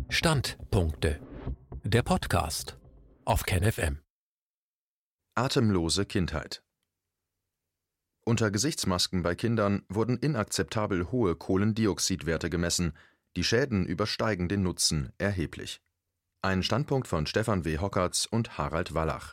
Standpunkte. Der Podcast auf KenFM. Atemlose Kindheit. Unter Gesichtsmasken bei Kindern wurden inakzeptabel hohe Kohlendioxidwerte gemessen. Die Schäden übersteigen den Nutzen erheblich. Ein Standpunkt von Stefan W. Hockertz und Harald Wallach.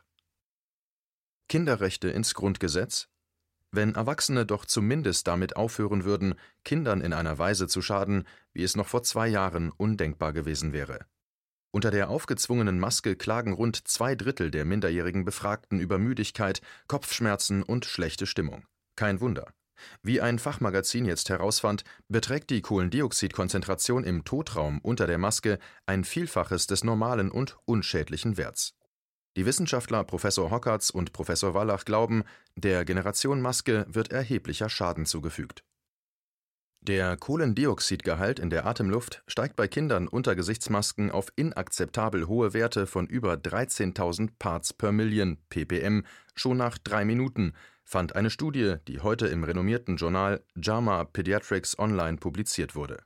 Kinderrechte ins Grundgesetz? Wenn Erwachsene doch zumindest damit aufhören würden, Kindern in einer Weise zu schaden, wie es noch vor 2 Jahren undenkbar gewesen wäre. Unter der aufgezwungenen Maske klagen rund 2/3 der minderjährigen Befragten über Müdigkeit, Kopfschmerzen und schlechte Stimmung. Kein Wunder. Wie ein Fachmagazin jetzt herausfand, beträgt die Kohlendioxidkonzentration im Totraum unter der Maske ein Vielfaches des normalen und unschädlichen Werts. Die Wissenschaftler Professor Hockertz und Professor Wallach glauben, der Generation Maske wird erheblicher Schaden zugefügt. Der Kohlendioxidgehalt in der Atemluft steigt bei Kindern unter Gesichtsmasken auf inakzeptabel hohe Werte von über 13.000 Parts per Million ppm schon nach 3 Minuten, fand eine Studie, die heute im renommierten Journal JAMA Pediatrics Online publiziert wurde.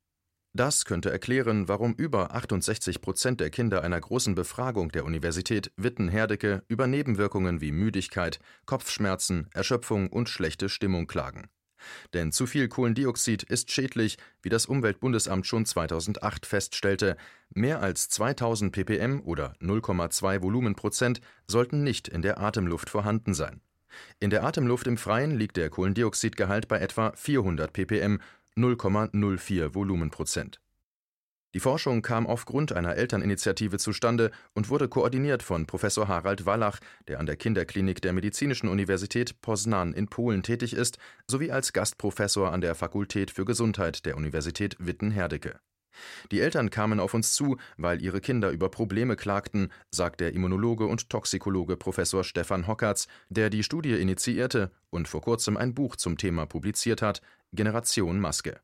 Das könnte erklären, warum über 68% der Kinder einer großen Befragung der Universität Witten-Herdecke über Nebenwirkungen wie Müdigkeit, Kopfschmerzen, Erschöpfung und schlechte Stimmung klagen. Denn zu viel Kohlendioxid ist schädlich, wie das Umweltbundesamt schon 2008 feststellte. Mehr als 2000 ppm oder 0,2 Volumenprozent sollten nicht in der Atemluft vorhanden sein. In der Atemluft im Freien liegt der Kohlendioxidgehalt bei etwa 400 ppm, 0,04 Volumenprozent. Die Forschung kam aufgrund einer Elterninitiative zustande und wurde koordiniert von Professor Harald Wallach, der an der Kinderklinik der Medizinischen Universität Poznań in Polen tätig ist, sowie als Gastprofessor an der Fakultät für Gesundheit der Universität Witten-Herdecke. Die Eltern kamen auf uns zu, weil ihre Kinder über Probleme klagten, sagt der Immunologe und Toxikologe Professor Stefan Hockertz, der die Studie initiierte und vor kurzem ein Buch zum Thema publiziert hat: Generation Maske.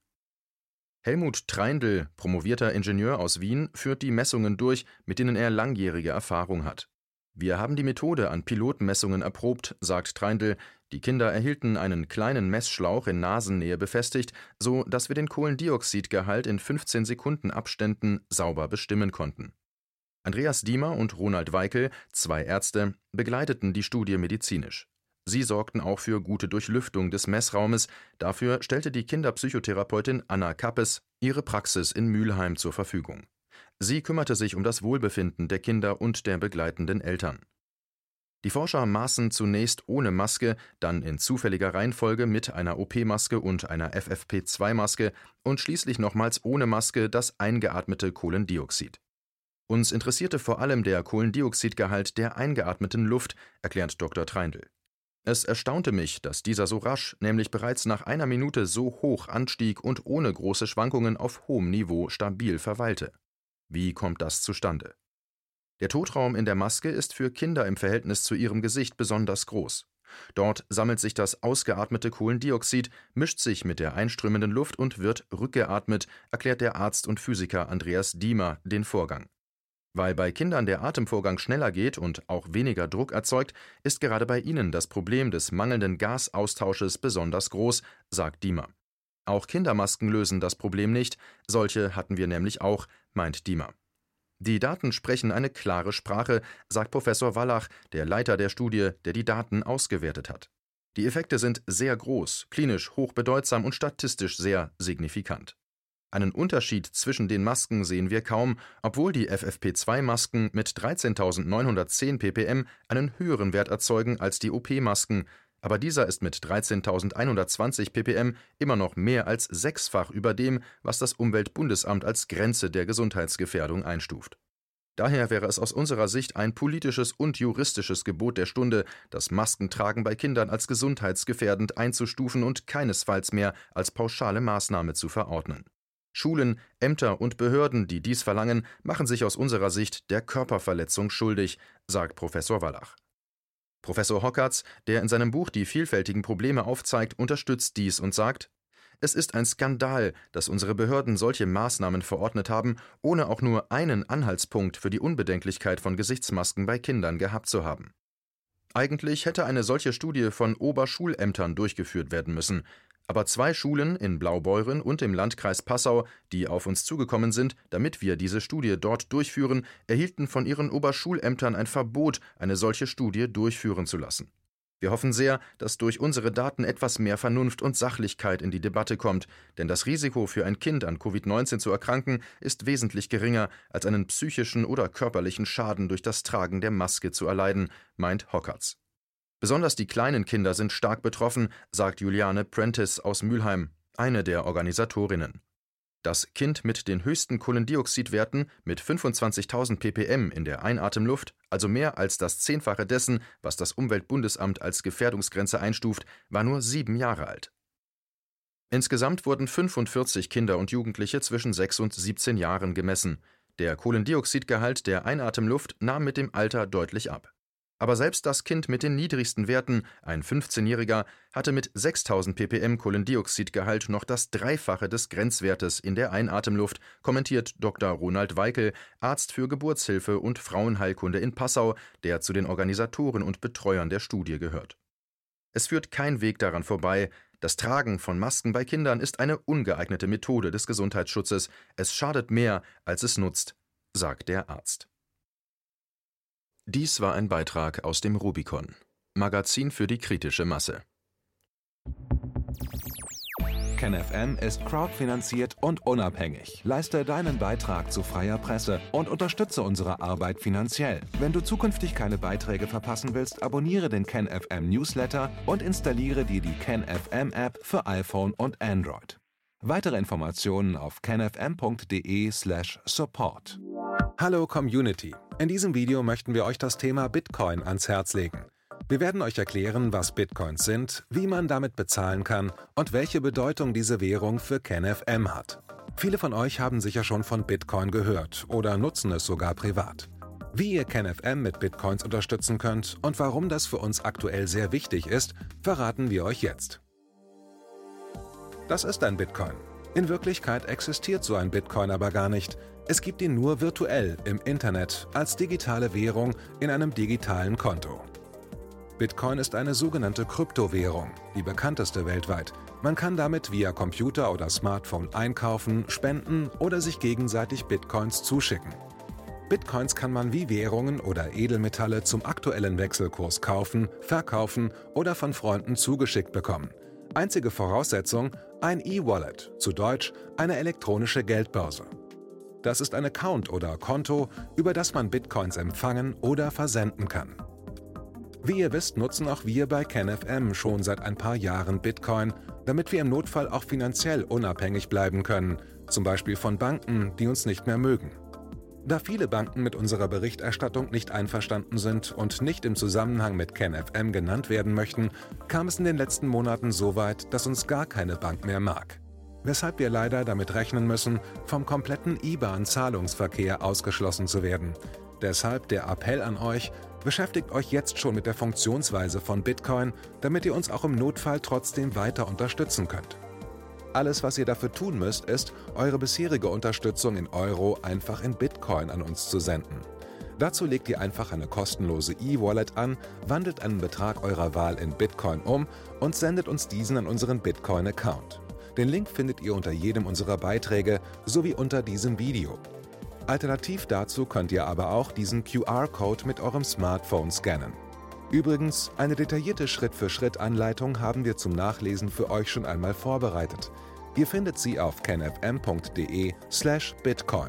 Helmut Treindl, promovierter Ingenieur aus Wien, führt die Messungen durch, mit denen er langjährige Erfahrung hat. Wir haben die Methode an Pilotmessungen erprobt, sagt Treindl. Die Kinder erhielten einen kleinen Messschlauch in Nasennähe befestigt, so dass wir den Kohlendioxidgehalt in 15 Sekunden Abständen sauber bestimmen konnten. Andreas Diemer und Ronald Weikel, 2 Ärzte, begleiteten die Studie medizinisch. Sie sorgten auch für gute Durchlüftung des Messraumes. Dafür stellte die Kinderpsychotherapeutin Anna Kappes ihre Praxis in Mülheim zur Verfügung. Sie kümmerte sich um das Wohlbefinden der Kinder und der begleitenden Eltern. Die Forscher maßen zunächst ohne Maske, dann in zufälliger Reihenfolge mit einer OP-Maske und einer FFP2-Maske und schließlich nochmals ohne Maske das eingeatmete Kohlendioxid. Uns interessierte vor allem der Kohlendioxidgehalt der eingeatmeten Luft, erklärt Dr. Treindl. Es erstaunte mich, dass dieser so rasch, nämlich bereits nach 1 Minute so hoch anstieg und ohne große Schwankungen auf hohem Niveau stabil verweilte. Wie kommt das zustande? Der Totraum in der Maske ist für Kinder im Verhältnis zu ihrem Gesicht besonders groß. Dort sammelt sich das ausgeatmete Kohlendioxid, mischt sich mit der einströmenden Luft und wird rückgeatmet, erklärt der Arzt und Physiker Andreas Diemer den Vorgang. Weil bei Kindern der Atemvorgang schneller geht und auch weniger Druck erzeugt, ist gerade bei ihnen das Problem des mangelnden Gasaustausches besonders groß, sagt Diemer. Auch Kindermasken lösen das Problem nicht, solche hatten wir nämlich auch, meint Diemer. Die Daten sprechen eine klare Sprache, sagt Professor Wallach, der Leiter der Studie, der die Daten ausgewertet hat. Die Effekte sind sehr groß, klinisch hochbedeutsam und statistisch sehr signifikant. Einen Unterschied zwischen den Masken sehen wir kaum, obwohl die FFP2-Masken mit 13.910 ppm einen höheren Wert erzeugen als die OP-Masken, aber dieser ist mit 13.120 ppm immer noch mehr als 6-fach über dem, was das Umweltbundesamt als Grenze der Gesundheitsgefährdung einstuft. Daher wäre es aus unserer Sicht ein politisches und juristisches Gebot der Stunde, das Maskentragen bei Kindern als gesundheitsgefährdend einzustufen und keinesfalls mehr als pauschale Maßnahme zu verordnen. Schulen, Ämter und Behörden, die dies verlangen, machen sich aus unserer Sicht der Körperverletzung schuldig, sagt Professor Wallach. Professor Hockertz, der in seinem Buch die vielfältigen Probleme aufzeigt, unterstützt dies und sagt: Es ist ein Skandal, dass unsere Behörden solche Maßnahmen verordnet haben, ohne auch nur einen Anhaltspunkt für die Unbedenklichkeit von Gesichtsmasken bei Kindern gehabt zu haben. Eigentlich hätte eine solche Studie von Oberschulämtern durchgeführt werden müssen. Aber 2 Schulen in Blaubeuren und im Landkreis Passau, die auf uns zugekommen sind, damit wir diese Studie dort durchführen, erhielten von ihren Oberschulämtern ein Verbot, eine solche Studie durchführen zu lassen. Wir hoffen sehr, dass durch unsere Daten etwas mehr Vernunft und Sachlichkeit in die Debatte kommt, denn das Risiko für ein Kind an Covid-19 zu erkranken ist wesentlich geringer, als einen psychischen oder körperlichen Schaden durch das Tragen der Maske zu erleiden, meint Hockertz. Besonders die kleinen Kinder sind stark betroffen, sagt Juliane Prentice aus Mülheim, eine der Organisatorinnen. Das Kind mit den höchsten Kohlendioxidwerten mit 25.000 ppm in der Einatemluft, also mehr als das 10-fache dessen, was das Umweltbundesamt als Gefährdungsgrenze einstuft, war nur 7 Jahre alt. Insgesamt wurden 45 Kinder und Jugendliche zwischen 6 und 17 Jahren gemessen. Der Kohlendioxidgehalt der Einatemluft nahm mit dem Alter deutlich ab. Aber selbst das Kind mit den niedrigsten Werten, ein 15-Jähriger, hatte mit 6.000 ppm Kohlendioxidgehalt noch das Dreifache des Grenzwertes in der Einatemluft, kommentiert Dr. Ronald Weikel, Arzt für Geburtshilfe und Frauenheilkunde in Passau, der zu den Organisatoren und Betreuern der Studie gehört. Es führt kein Weg daran vorbei, das Tragen von Masken bei Kindern ist eine ungeeignete Methode des Gesundheitsschutzes. Es schadet mehr, als es nutzt, sagt der Arzt. Dies war ein Beitrag aus dem Rubicon, Magazin für die kritische Masse. KenFM ist crowdfinanziert und unabhängig. Leiste deinen Beitrag zu freier Presse und unterstütze unsere Arbeit finanziell. Wenn du zukünftig keine Beiträge verpassen willst, abonniere den KenFM Newsletter und installiere dir die KenFM App für iPhone und Android. Weitere Informationen auf kenfm.de/support. Hallo Community! In diesem Video möchten wir euch das Thema Bitcoin ans Herz legen. Wir werden euch erklären, was Bitcoins sind, wie man damit bezahlen kann und welche Bedeutung diese Währung für KenFM hat. Viele von euch haben sicher schon von Bitcoin gehört oder nutzen es sogar privat. Wie ihr KenFM mit Bitcoins unterstützen könnt und warum das für uns aktuell sehr wichtig ist, verraten wir euch jetzt. Das ist ein Bitcoin. In Wirklichkeit existiert so ein Bitcoin aber gar nicht. Es gibt ihn nur virtuell im Internet als digitale Währung in einem digitalen Konto. Bitcoin ist eine sogenannte Kryptowährung, die bekannteste weltweit. Man kann damit via Computer oder Smartphone einkaufen, spenden oder sich gegenseitig Bitcoins zuschicken. Bitcoins kann man wie Währungen oder Edelmetalle zum aktuellen Wechselkurs kaufen, verkaufen oder von Freunden zugeschickt bekommen. Einzige Voraussetzung: ein E-Wallet, zu Deutsch eine elektronische Geldbörse. Das ist ein Account oder Konto, über das man Bitcoins empfangen oder versenden kann. Wie ihr wisst, nutzen auch wir bei KenFM schon seit ein paar Jahren Bitcoin, damit wir im Notfall auch finanziell unabhängig bleiben können, zum Beispiel von Banken, die uns nicht mehr mögen. Da viele Banken mit unserer Berichterstattung nicht einverstanden sind und nicht im Zusammenhang mit KenFM genannt werden möchten, kam es in den letzten Monaten so weit, dass uns gar keine Bank mehr mag. Weshalb wir leider damit rechnen müssen, vom kompletten IBAN-Zahlungsverkehr ausgeschlossen zu werden. Deshalb der Appell an euch: Beschäftigt euch jetzt schon mit der Funktionsweise von Bitcoin, damit ihr uns auch im Notfall trotzdem weiter unterstützen könnt. Alles, was ihr dafür tun müsst, ist, eure bisherige Unterstützung in Euro einfach in Bitcoin an uns zu senden. Dazu legt ihr einfach eine kostenlose E-Wallet an, wandelt einen Betrag eurer Wahl in Bitcoin um und sendet uns diesen an unseren Bitcoin-Account. Den Link findet ihr unter jedem unserer Beiträge sowie unter diesem Video. Alternativ dazu könnt ihr aber auch diesen QR-Code mit eurem Smartphone scannen. Übrigens, eine detaillierte Schritt-für-Schritt-Anleitung haben wir zum Nachlesen für euch schon einmal vorbereitet. Ihr findet sie auf kenfm.de/bitcoin.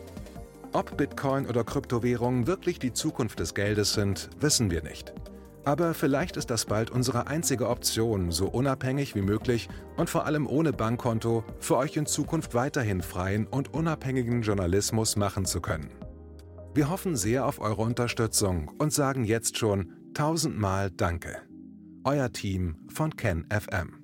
Ob Bitcoin oder Kryptowährungen wirklich die Zukunft des Geldes sind, wissen wir nicht. Aber vielleicht ist das bald unsere einzige Option, so unabhängig wie möglich und vor allem ohne Bankkonto für euch in Zukunft weiterhin freien und unabhängigen Journalismus machen zu können. Wir hoffen sehr auf eure Unterstützung und sagen jetzt schon 1000-mal Danke. Euer Team von KenFM.